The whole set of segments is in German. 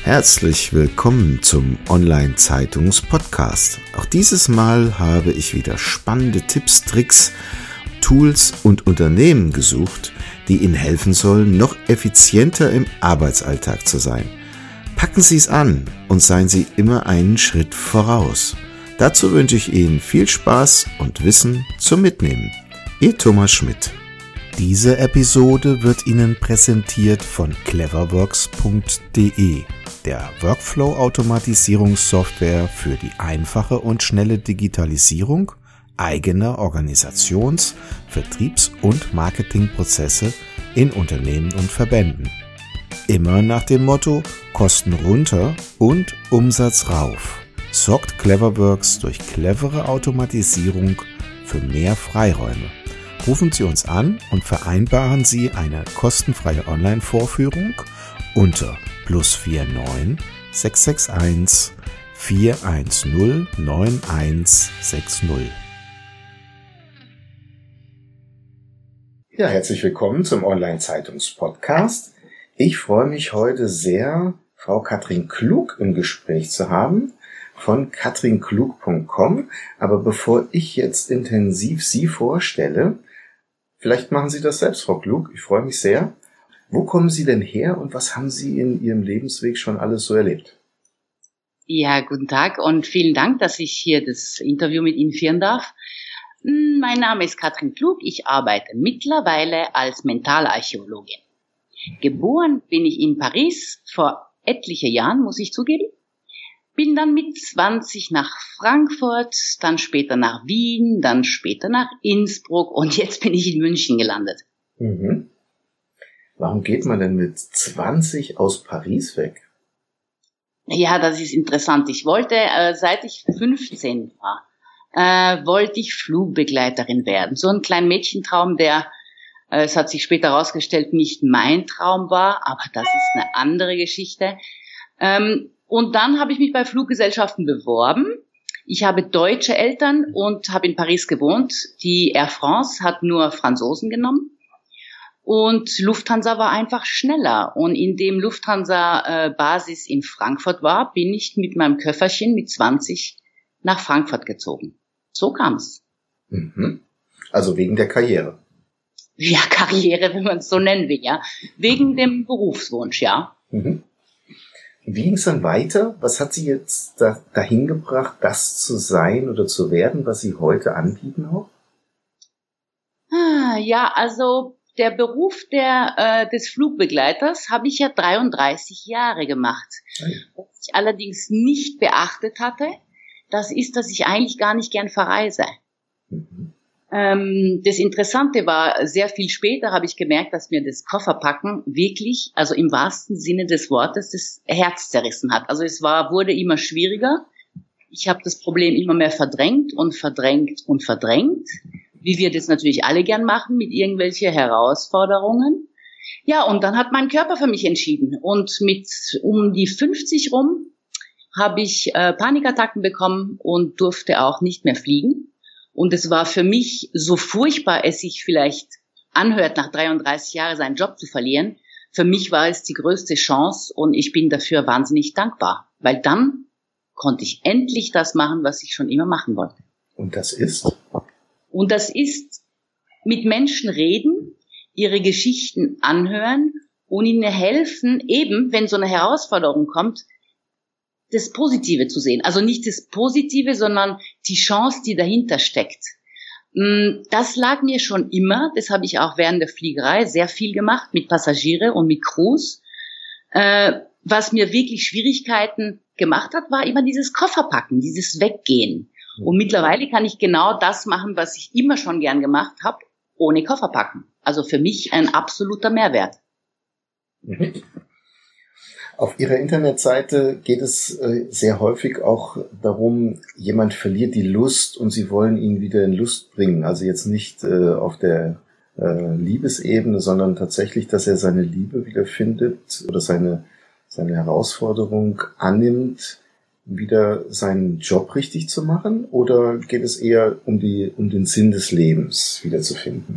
Herzlich willkommen zum Online-Zeitungs-Podcast. Auch dieses Mal habe ich wieder spannende Tipps, Tricks, Tools und Unternehmen gesucht, die Ihnen helfen sollen, noch effizienter im Arbeitsalltag zu sein. Packen Sie es an und seien Sie immer einen Schritt voraus. Dazu wünsche ich Ihnen viel Spaß und Wissen zum Mitnehmen. Ihr Thomas Schmidt. Diese Episode wird Ihnen präsentiert von cleverworks.de, der Workflow-Automatisierungssoftware für die einfache und schnelle Digitalisierung eigener Organisations-, Vertriebs- und Marketingprozesse in Unternehmen und Verbänden. Immer nach dem Motto Kosten runter und Umsatz rauf sorgt Cleverworks durch clevere Automatisierung für mehr Freiräume. Rufen Sie uns an und vereinbaren Sie eine kostenfreie Online-Vorführung unter +49 661 410 9160. Ja, herzlich willkommen zum Online-Zeitungs-Podcast. Ich freue mich heute sehr, Frau Katrin Klug im Gespräch zu haben von katrinklug.com. Aber bevor ich jetzt intensiv Sie vorstelle, vielleicht machen Sie das selbst, Frau Klug. Ich freue mich sehr. Wo kommen Sie denn her und was haben Sie in Ihrem Lebensweg schon alles so erlebt? Ja, guten Tag und vielen Dank, dass ich hier das Interview mit Ihnen führen darf. Mein Name ist Katrin Klug. Ich arbeite mittlerweile als Mentalarchäologin. Geboren bin ich in Paris vor etlichen Jahren, muss ich zugeben. Bin dann mit 20 nach Frankfurt, dann später nach Wien, dann später nach Innsbruck und jetzt bin ich in München gelandet. Mhm. Warum geht man denn mit 20 aus Paris weg? Ja, das ist interessant. Ich wollte, seit ich 15 war, wollte ich Flugbegleiterin werden. So ein kleiner Mädchentraum, der, es hat sich später herausgestellt, nicht mein Traum war, aber das ist eine andere Geschichte. Und dann habe ich mich bei Fluggesellschaften beworben. Ich habe deutsche Eltern und habe in Paris gewohnt. Die Air France hat nur Franzosen genommen. Und Lufthansa war einfach schneller. Und indem Lufthansa Basis in Frankfurt war, bin ich mit meinem Köfferchen mit 20 nach Frankfurt gezogen. So kam es. Mhm. Also wegen der Karriere. Ja, Karriere, wenn man es so nennen will, ja. Wegen dem Berufswunsch, ja. Mhm. Wie ging es dann weiter? Was hat Sie jetzt dahin gebracht, das zu sein oder zu werden, was Sie heute anbieten auch? Ja, also der Beruf des Flugbegleiters habe ich ja 33 Jahre gemacht. Was ich allerdings nicht beachtet hatte, das ist, dass ich eigentlich gar nicht gern verreise. Mhm. Das Interessante war, sehr viel später habe ich gemerkt, dass mir das Kofferpacken wirklich, also im wahrsten Sinne des Wortes, das Herz zerrissen hat. Also wurde immer schwieriger. Ich habe das Problem immer mehr verdrängt, wie wir das natürlich alle gern machen mit irgendwelchen Herausforderungen. Ja, und dann hat mein Körper für mich entschieden. Und um die 50 rum habe ich Panikattacken bekommen und durfte auch nicht mehr fliegen. Und es war für mich, so furchtbar es sich vielleicht anhört, nach 33 Jahren seinen Job zu verlieren, für mich war es die größte Chance und ich bin dafür wahnsinnig dankbar. Weil dann konnte ich endlich das machen, was ich schon immer machen wollte. Und das ist? Und das ist mit Menschen reden, ihre Geschichten anhören und ihnen helfen, eben wenn so eine Herausforderung kommt, das Positive zu sehen. Also nicht das Positive, sondern die Chance, die dahinter steckt. Das lag mir schon immer, das habe ich auch während der Fliegerei sehr viel gemacht, mit Passagiere und mit Crews. Was mir wirklich Schwierigkeiten gemacht hat, war immer dieses Kofferpacken, dieses Weggehen. Und mittlerweile kann ich genau das machen, was ich immer schon gern gemacht habe, ohne Kofferpacken. Also für mich ein absoluter Mehrwert. Mhm. Auf Ihrer Internetseite geht es sehr häufig auch darum, jemand verliert die Lust und Sie wollen ihn wieder in Lust bringen. Also jetzt nicht auf der Liebesebene, sondern tatsächlich, dass er seine Liebe wieder findet oder seine Herausforderung annimmt, wieder seinen Job richtig zu machen? Oder geht es eher um den Sinn des Lebens wiederzufinden?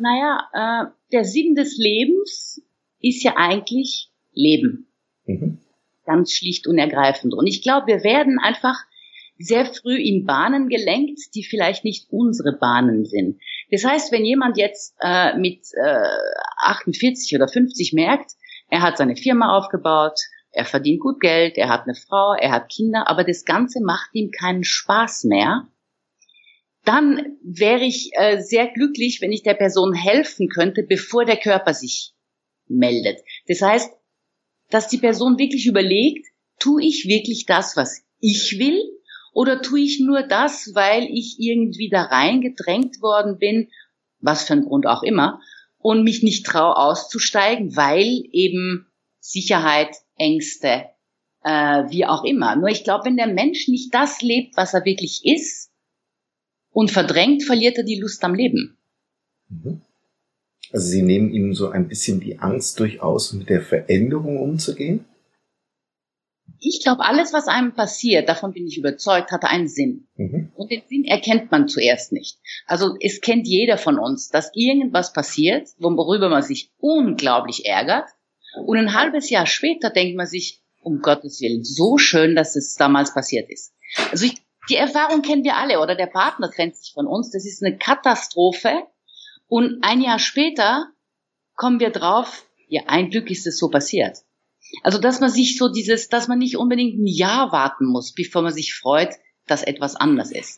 Naja, der Sinn des Lebens ist ja eigentlich Leben. Mhm. Ganz schlicht und ergreifend. Und ich glaube, wir werden einfach sehr früh in Bahnen gelenkt, die vielleicht nicht unsere Bahnen sind. Das heißt, wenn jemand jetzt mit 48 oder 50 merkt, er hat seine Firma aufgebaut, er verdient gut Geld, er hat eine Frau, er hat Kinder, aber das Ganze macht ihm keinen Spaß mehr, dann wäre ich sehr glücklich, wenn ich der Person helfen könnte, bevor der Körper sich meldet. Das heißt, dass die Person wirklich überlegt, tue ich wirklich das, was ich will, oder tue ich nur das, weil ich irgendwie da reingedrängt worden bin, was für einen Grund auch immer, und mich nicht traue auszusteigen, weil eben Sicherheit, Ängste, wie auch immer. Nur ich glaube, wenn der Mensch nicht das lebt, was er wirklich ist, und verdrängt, verliert er die Lust am Leben. Also Sie nehmen ihm so ein bisschen die Angst durchaus, mit der Veränderung umzugehen? Ich glaube, alles, was einem passiert, davon bin ich überzeugt, hat einen Sinn. Und den Sinn erkennt man zuerst nicht. Also es kennt jeder von uns, dass irgendwas passiert, worüber man sich unglaublich ärgert. Und ein halbes Jahr später denkt man sich, um Gottes Willen, so schön, dass es damals passiert ist. Also die Erfahrung kennen wir alle, oder der Partner trennt sich von uns. Das ist eine Katastrophe. Und ein Jahr später kommen wir drauf, ja, ein Glück ist es so passiert. Also, dass man sich so dass man nicht unbedingt ein Jahr warten muss, bevor man sich freut, dass etwas anders ist.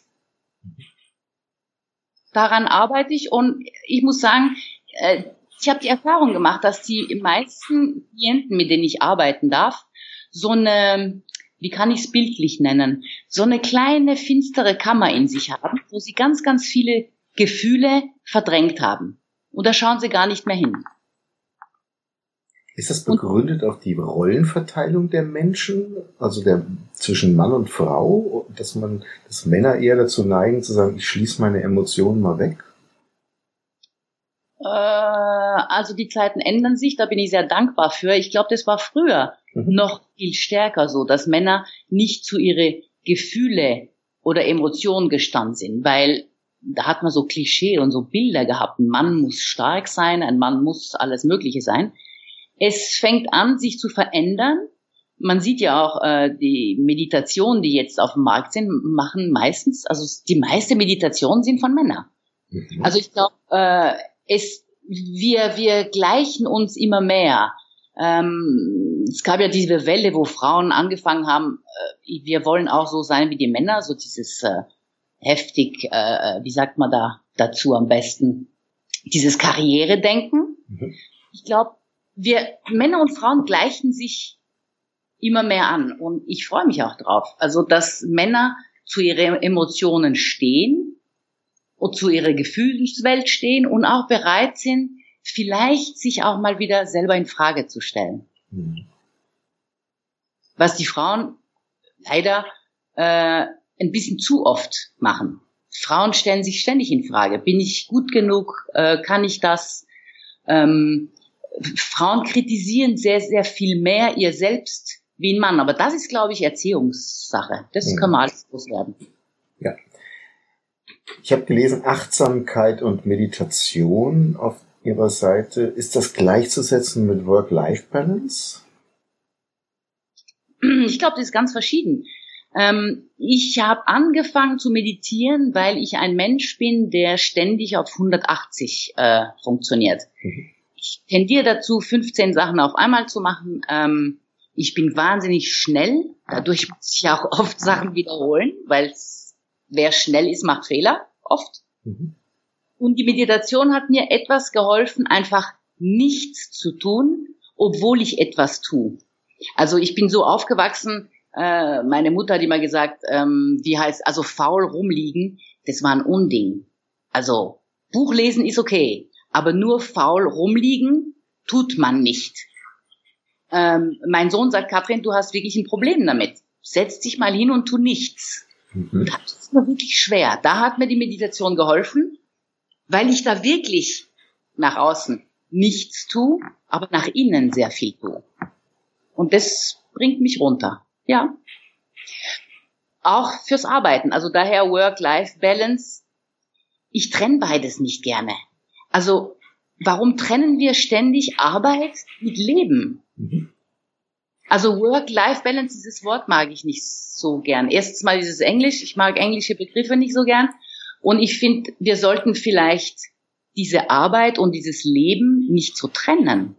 Daran arbeite ich, und ich muss sagen, ich habe die Erfahrung gemacht, dass die meisten Klienten, mit denen ich arbeiten darf, so eine, wie kann ich es bildlich nennen, so eine kleine finstere Kammer in sich haben, wo sie ganz, ganz viele Gefühle verdrängt haben. Und da schauen sie gar nicht mehr hin. Ist das begründet auf die Rollenverteilung der Menschen, also zwischen Mann und Frau, dass Männer eher dazu neigen zu sagen, ich schließe meine Emotionen mal weg? Also die Zeiten ändern sich, da bin ich sehr dankbar für. Ich glaube, das war früher noch viel stärker so, dass Männer nicht zu ihre Gefühle oder Emotionen gestanden sind, weil da hat man so Klischee und so Bilder gehabt. Ein Mann muss stark sein, ein Mann muss alles Mögliche sein. Es fängt an, sich zu verändern. Man sieht ja auch, die Meditationen, die jetzt auf dem Markt sind, machen meistens, also die meiste Meditationen sind von Männern. Also ich glaube, wir gleichen uns immer mehr. Es gab ja diese Welle, wo Frauen angefangen haben, wir wollen auch so sein wie die Männer, so dieses heftig, wie sagt man dazu am besten, dieses Karrieredenken. Ich glaube, Männer und Frauen gleichen sich immer mehr an, und ich freue mich auch drauf. Also, dass Männer zu ihren Emotionen stehen und zu ihrer Gefühlswelt stehen und auch bereit sind, vielleicht sich auch mal wieder selber in Frage zu stellen. Was die Frauen leider ein bisschen zu oft machen. Frauen stellen sich ständig in Frage. Bin ich gut genug? Kann ich das? Frauen kritisieren sehr, sehr viel mehr ihr selbst wie ein Mann. Aber das ist, glaube ich, Erziehungssache. Das kann man alles loswerden. Ja. Ich habe gelesen, Achtsamkeit und Meditation auf Ihrer Seite. Ist das gleichzusetzen mit Work-Life-Balance? Ich glaube, das ist ganz verschieden. Ich habe angefangen zu meditieren, weil ich ein Mensch bin, der ständig auf 180 funktioniert. Ich tendiere dazu, 15 Sachen auf einmal zu machen. Ich bin wahnsinnig schnell. Dadurch muss ich auch oft Sachen wiederholen, weil wer schnell ist, macht Fehler, oft. Und die Meditation hat mir etwas geholfen, einfach nichts zu tun, obwohl ich etwas tue. Also ich bin so aufgewachsen, meine Mutter hat immer gesagt, also faul rumliegen, das war ein Unding. Also Buch lesen ist okay, aber nur faul rumliegen tut man nicht. Mein Sohn sagt, Katrin, du hast wirklich ein Problem damit. Setz dich mal hin und tu nichts. Das ist mir wirklich schwer. Da hat mir die Meditation geholfen, weil ich da wirklich nach außen nichts tue, aber nach innen sehr viel tue. Und das bringt mich runter. Ja. Auch fürs Arbeiten. Also daher Work-Life-Balance. Ich trenne beides nicht gerne. Also warum trennen wir ständig Arbeit mit Leben? Also Work-Life-Balance, dieses Wort mag ich nicht so gern. Erstens mal dieses Englisch, ich mag englische Begriffe nicht so gern. Und ich finde, wir sollten vielleicht diese Arbeit und dieses Leben nicht so trennen.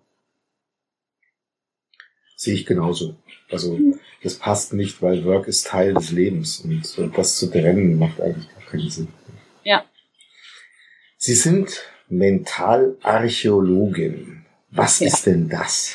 Sehe ich genauso. Also das passt nicht, weil Work ist Teil des Lebens und das zu trennen macht eigentlich gar keinen Sinn. Ja. Sie sind Mentalarchäologin. Was ist denn das?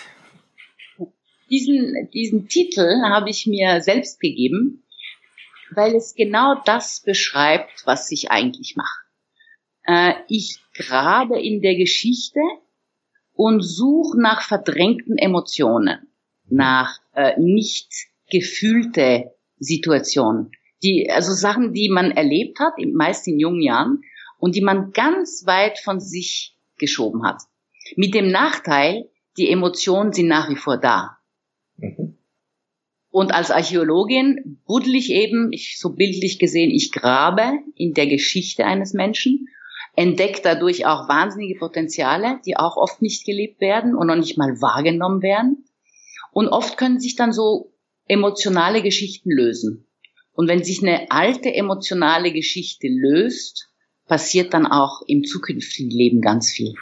Diesen Titel habe ich mir selbst gegeben, weil es genau das beschreibt, was ich eigentlich mache. Ich grabe in der Geschichte und suche nach verdrängten Emotionen, nach nicht gefühlte Situationen, also Sachen, die man erlebt hat, meist in jungen Jahren, und die man ganz weit von sich geschoben hat. Mit dem Nachteil, die Emotionen sind nach wie vor da. Mhm. Und als Archäologin buddel ich eben, so bildlich gesehen, ich grabe in der Geschichte eines Menschen, entdecke dadurch auch wahnsinnige Potenziale, die auch oft nicht gelebt werden und noch nicht mal wahrgenommen werden. Und oft können sich dann so emotionale Geschichten lösen. Und wenn sich eine alte emotionale Geschichte löst, passiert dann auch im zukünftigen Leben ganz viel.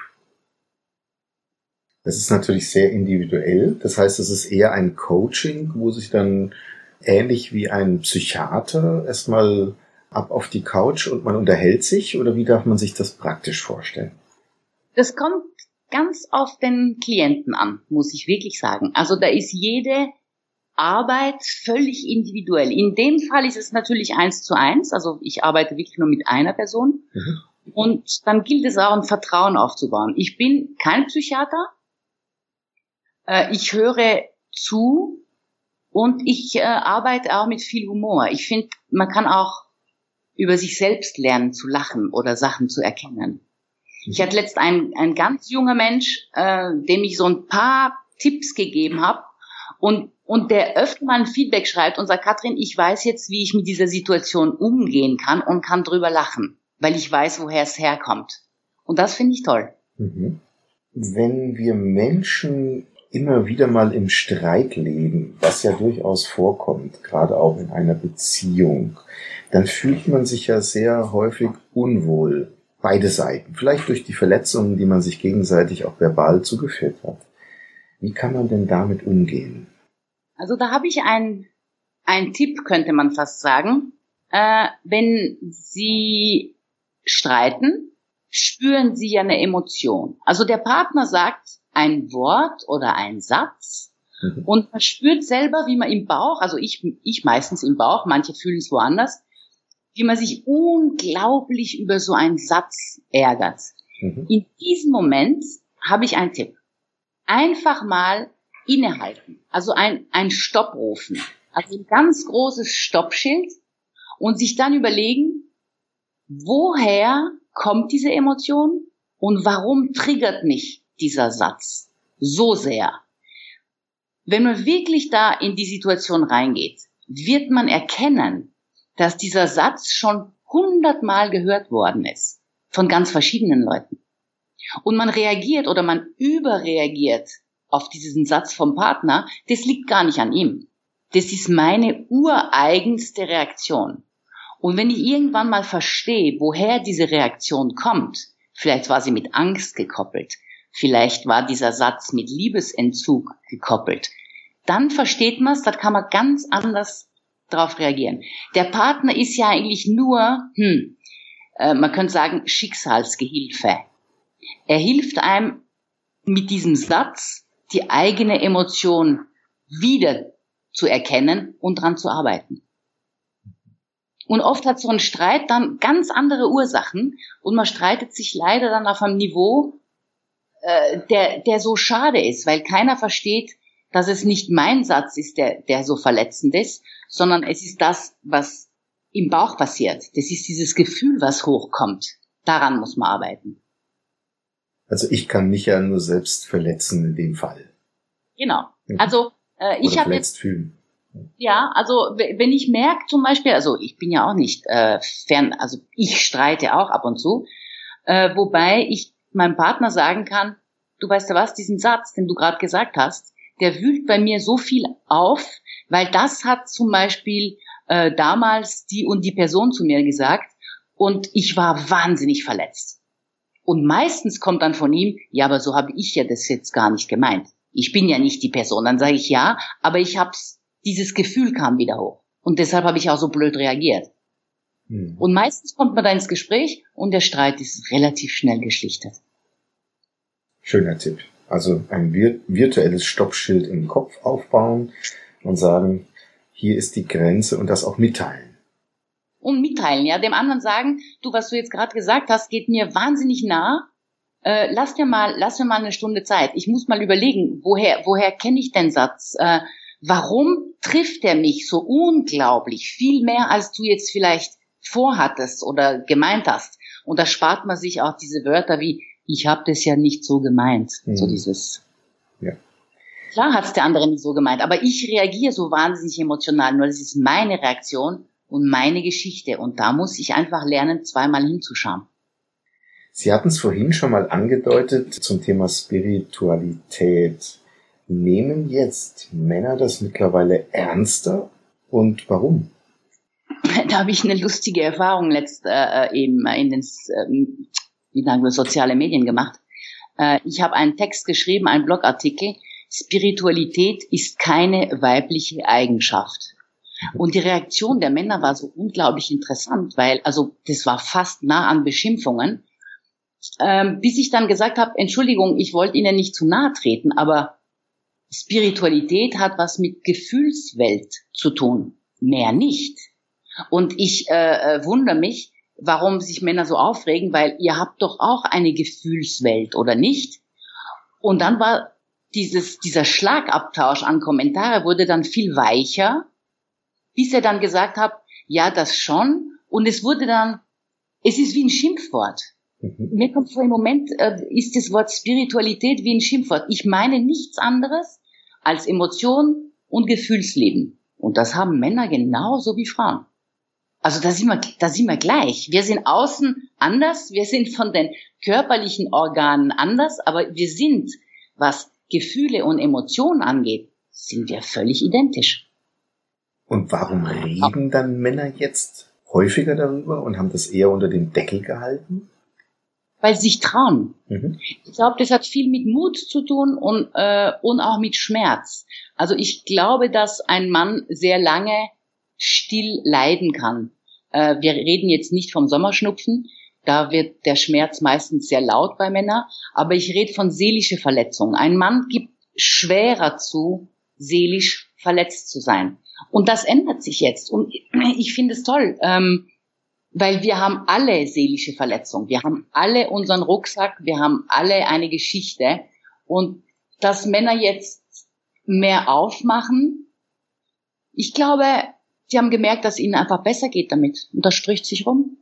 Das ist natürlich sehr individuell. Das heißt, es ist eher ein Coaching, wo sich dann ähnlich wie ein Psychiater erstmal ab auf die Couch und man unterhält sich, oder wie darf man sich das praktisch vorstellen? Das kommt ganz auf den Klienten an, muss ich wirklich sagen. Also da ist jede Arbeit völlig individuell. In dem Fall ist es natürlich 1:1, also ich arbeite wirklich nur mit einer Person. Mhm. Und dann gilt es auch, ein Vertrauen aufzubauen. Ich bin kein Psychiater. Ich höre zu und ich arbeite auch mit viel Humor. Ich finde, man kann auch über sich selbst lernen zu lachen oder Sachen zu erkennen. Ich hatte letzt ein ganz junger Mensch, dem ich so ein paar Tipps gegeben habe und der öfter mal ein Feedback schreibt und sagt, Katrin, ich weiß jetzt, wie ich mit dieser Situation umgehen kann und kann drüber lachen, weil ich weiß, woher es herkommt. Und das finde ich toll. Mhm. Wenn wir Menschen immer wieder mal im Streit leben, was ja durchaus vorkommt, gerade auch in einer Beziehung, dann fühlt man sich ja sehr häufig unwohl, beide Seiten, vielleicht durch die Verletzungen, die man sich gegenseitig auch verbal zugefügt hat. Wie kann man denn damit umgehen? Also da habe ich einen Tipp, könnte man fast sagen. Wenn Sie streiten, spüren Sie ja eine Emotion. Also der Partner sagt ein Wort oder ein Satz und man spürt selber, wie man im Bauch, also ich meistens im Bauch, manche fühlen es woanders, wie man sich unglaublich über so einen Satz ärgert. Mhm. In diesem Moment habe ich einen Tipp. Einfach mal innehalten, also ein Stopp rufen, also ein ganz großes Stoppschild und sich dann überlegen, woher kommt diese Emotion und warum triggert mich dieser Satz so sehr. Wenn man wirklich da in die Situation reingeht, wird man erkennen, dass dieser Satz schon 100-mal gehört worden ist von ganz verschiedenen Leuten. Und man reagiert oder man überreagiert auf diesen Satz vom Partner, das liegt gar nicht an ihm. Das ist meine ureigenste Reaktion. Und wenn ich irgendwann mal verstehe, woher diese Reaktion kommt, vielleicht war sie mit Angst gekoppelt, vielleicht war dieser Satz mit Liebesentzug gekoppelt, dann versteht man es, da kann man ganz anders drauf reagieren. Der Partner ist ja eigentlich nur, man könnte sagen, Schicksalsgehilfe. Er hilft einem mit diesem Satz, die eigene Emotion wieder zu erkennen und dran zu arbeiten. Und oft hat so ein Streit dann ganz andere Ursachen und man streitet sich leider dann auf einem Niveau, der so schade ist, weil keiner versteht, dass es nicht mein Satz ist, der so verletzend ist, sondern es ist das, was im Bauch passiert. Das ist dieses Gefühl, was hochkommt. Daran muss man arbeiten. Also ich kann mich ja nur selbst verletzen in dem Fall. Genau. Also ich habe jetzt fühlen. Ja, also wenn ich merke zum Beispiel, also ich bin ja auch nicht fern, also ich streite auch ab und zu, wobei ich meinem Partner sagen kann, du weißt ja was, diesen Satz, den du gerade gesagt hast, der wühlt bei mir so viel auf, weil das hat zum Beispiel damals die und die Person zu mir gesagt und ich war wahnsinnig verletzt. Und meistens kommt dann von ihm, ja, aber so habe ich ja das jetzt gar nicht gemeint. Ich bin ja nicht die Person. Dann sage ich ja, aber dieses Gefühl kam wieder hoch. Und deshalb habe ich auch so blöd reagiert. Und meistens kommt man da ins Gespräch und der Streit ist relativ schnell geschlichtet. Schöner Tipp. Also ein virtuelles Stoppschild im Kopf aufbauen und sagen, hier ist die Grenze und das auch mitteilen. Und mitteilen, ja, dem anderen sagen, du, was du jetzt gerade gesagt hast, geht mir wahnsinnig nah. Lass mir mal eine Stunde Zeit. Ich muss mal überlegen, woher kenne ich den Satz? Warum trifft er mich so unglaublich viel mehr, als du jetzt vielleicht vorhattest oder gemeint hast? Und da spart man sich auch diese Wörter wie, ich habe das ja nicht so gemeint. So dieses. Ja. Klar hat's der andere nicht so gemeint, aber ich reagiere so wahnsinnig emotional, nur das ist meine Reaktion und meine Geschichte. Und da muss ich einfach lernen, zweimal hinzuschauen. Sie hatten es vorhin schon mal angedeutet zum Thema Spiritualität. Nehmen jetzt Männer das mittlerweile ernster und warum? Da habe ich eine lustige Erfahrung eben in den sozialen Medien gemacht. Ich habe einen Text geschrieben, einen Blogartikel. Spiritualität ist keine weibliche Eigenschaft. Und die Reaktion der Männer war so unglaublich interessant, weil, also das war fast nah an Beschimpfungen, bis ich dann gesagt habe, Entschuldigung, ich wollte Ihnen nicht zu nahe treten, aber Spiritualität hat was mit Gefühlswelt zu tun, mehr nicht. Und ich wundere mich, warum sich Männer so aufregen, weil ihr habt doch auch eine Gefühlswelt, oder nicht? Und dann war dieser Schlagabtausch an Kommentare wurde dann viel weicher, bis er dann gesagt hat, ja, das schon. Und es ist wie ein Schimpfwort. Mir kommt vor, im Moment ist das Wort Spiritualität wie ein Schimpfwort. Ich meine nichts anderes als Emotion und Gefühlsleben. Und das haben Männer genauso wie Frauen. Also da sind wir gleich. Wir sind außen anders, wir sind von den körperlichen Organen anders, aber wir sind, was Gefühle und Emotionen angeht, sind wir völlig identisch. Und warum reden dann Männer jetzt häufiger darüber und haben das eher unter dem Deckel gehalten? Weil sie sich trauen. Ich glaube, das hat viel mit Mut zu tun und auch mit Schmerz. Also ich glaube, dass ein Mann sehr lange still leiden kann. Wir reden jetzt nicht vom Sommerschnupfen, da wird der Schmerz meistens sehr laut bei Männern, aber ich rede von seelischer Verletzung. Ein Mann gibt schwerer zu, seelisch verletzt zu sein. Und das ändert sich jetzt. Und ich finde es toll, weil wir haben alle seelische Verletzung. Wir haben alle unseren Rucksack, wir haben alle eine Geschichte. Und dass Männer jetzt mehr aufmachen, ich glaube, die haben gemerkt, dass es ihnen einfach besser geht damit. Und das spricht sich rum.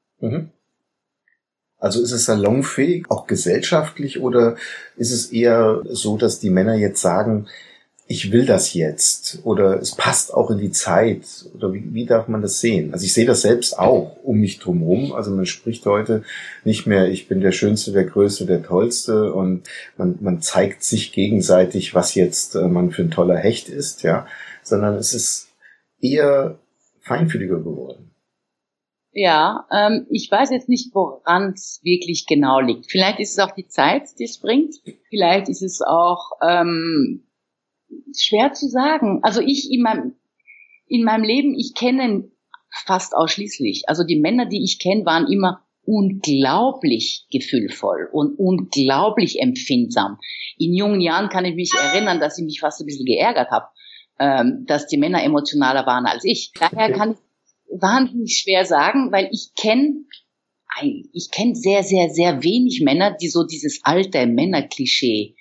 Also ist es salonfähig, auch gesellschaftlich, oder ist es eher so, dass die Männer jetzt sagen, ich will das jetzt, oder es passt auch in die Zeit, oder wie darf man das sehen? Also ich sehe das selbst auch um mich drumherum. Also man spricht heute nicht mehr, ich bin der Schönste, der Größte, der Tollste, und man zeigt sich gegenseitig, was jetzt man für ein toller Hecht ist, ja, sondern es ist eher feinfühliger geworden. Ja, ich weiß jetzt nicht, woran es wirklich genau liegt. Vielleicht ist es auch die Zeit, die es bringt. Vielleicht ist es auch schwer zu sagen. Also ich in meinem Leben, ich kenne fast ausschließlich. Also die Männer, die ich kenne, waren immer unglaublich gefühlvoll und unglaublich empfindsam. In jungen Jahren kann ich mich erinnern, dass ich mich fast ein bisschen geärgert habe, dass die Männer emotionaler waren als ich. Daher kann ich wahnsinnig schwer sagen, weil ich kenne sehr, sehr, sehr wenig Männer, die so dieses alte Männerklischee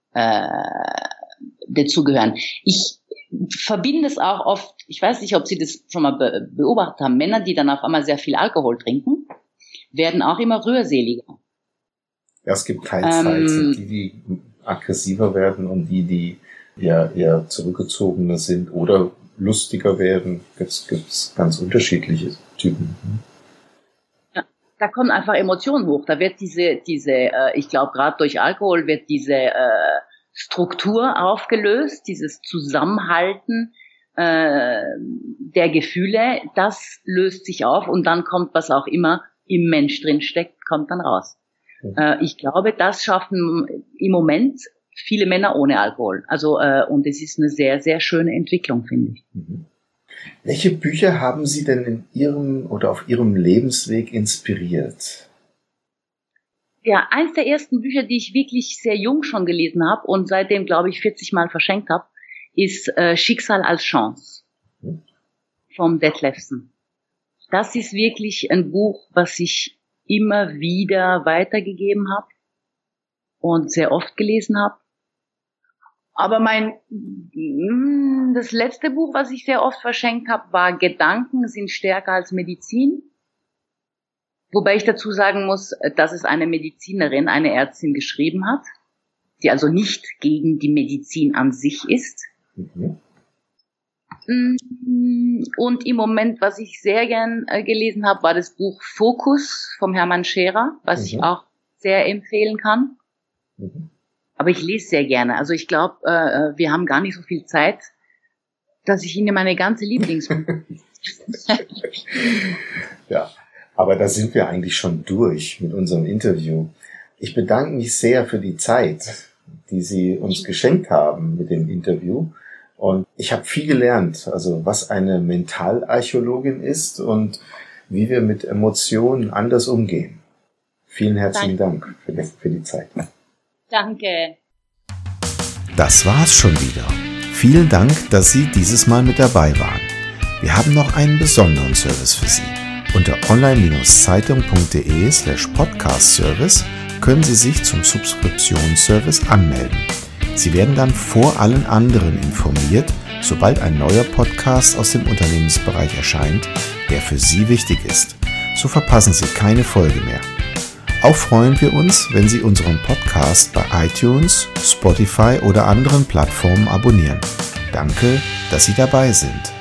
dazugehören. Ich verbinde es auch oft, ich weiß nicht, ob Sie das schon mal beobachtet haben, Männer, die dann auf einmal sehr viel Alkohol trinken, werden auch immer rührseliger. Ja, es gibt Teilzeiten, die aggressiver werden und die eher zurückgezogener sind oder lustiger werden. Gibt's ganz unterschiedliche Typen. Ja, da kommen einfach Emotionen hoch. Da wird ich glaube, gerade durch Alkohol wird diese Struktur aufgelöst, dieses Zusammenhalten der Gefühle, das löst sich auf und dann kommt, was auch immer im Mensch drin steckt, kommt dann raus. Ich glaube, das schaffen im Moment viele Männer ohne Alkohol. Also und es ist eine sehr, sehr schöne Entwicklung, finde ich. Welche Bücher haben Sie denn in Ihrem oder auf Ihrem Lebensweg inspiriert? Ja, eins der ersten Bücher, die ich wirklich sehr jung schon gelesen habe und seitdem, glaube ich, 40 Mal verschenkt habe, ist Schicksal als Chance vom Detlefsen. Das ist wirklich ein Buch, was ich immer wieder weitergegeben habe und sehr oft gelesen habe. Aber das letzte Buch, was ich sehr oft verschenkt habe, war Gedanken sind stärker als Medizin. Wobei ich dazu sagen muss, dass es eine Medizinerin, eine Ärztin geschrieben hat, die also nicht gegen die Medizin an sich ist. Und im Moment, was ich sehr gern gelesen habe, war das Buch Fokus vom Hermann Scherer, was ich auch sehr empfehlen kann. Aber ich lese sehr gerne. Also ich glaube, wir haben gar nicht so viel Zeit, dass ich Ihnen meine ganze Ja, aber da sind wir eigentlich schon durch mit unserem Interview. Ich bedanke mich sehr für die Zeit, die Sie uns geschenkt haben mit dem Interview. Und ich habe viel gelernt, also was eine Mentalarchäologin ist und wie wir mit Emotionen anders umgehen. Vielen herzlichen Dank für die Zeit. Danke. Das war's schon wieder. Vielen Dank, dass Sie dieses Mal mit dabei waren. Wir haben noch einen besonderen Service für Sie. Unter online-zeitung.de/podcast-Service können Sie sich zum Subskriptionsservice anmelden. Sie werden dann vor allen anderen informiert, sobald ein neuer Podcast aus dem Unternehmensbereich erscheint, der für Sie wichtig ist. So verpassen Sie keine Folge mehr. Auch freuen wir uns, wenn Sie unseren Podcast bei iTunes, Spotify oder anderen Plattformen abonnieren. Danke, dass Sie dabei sind.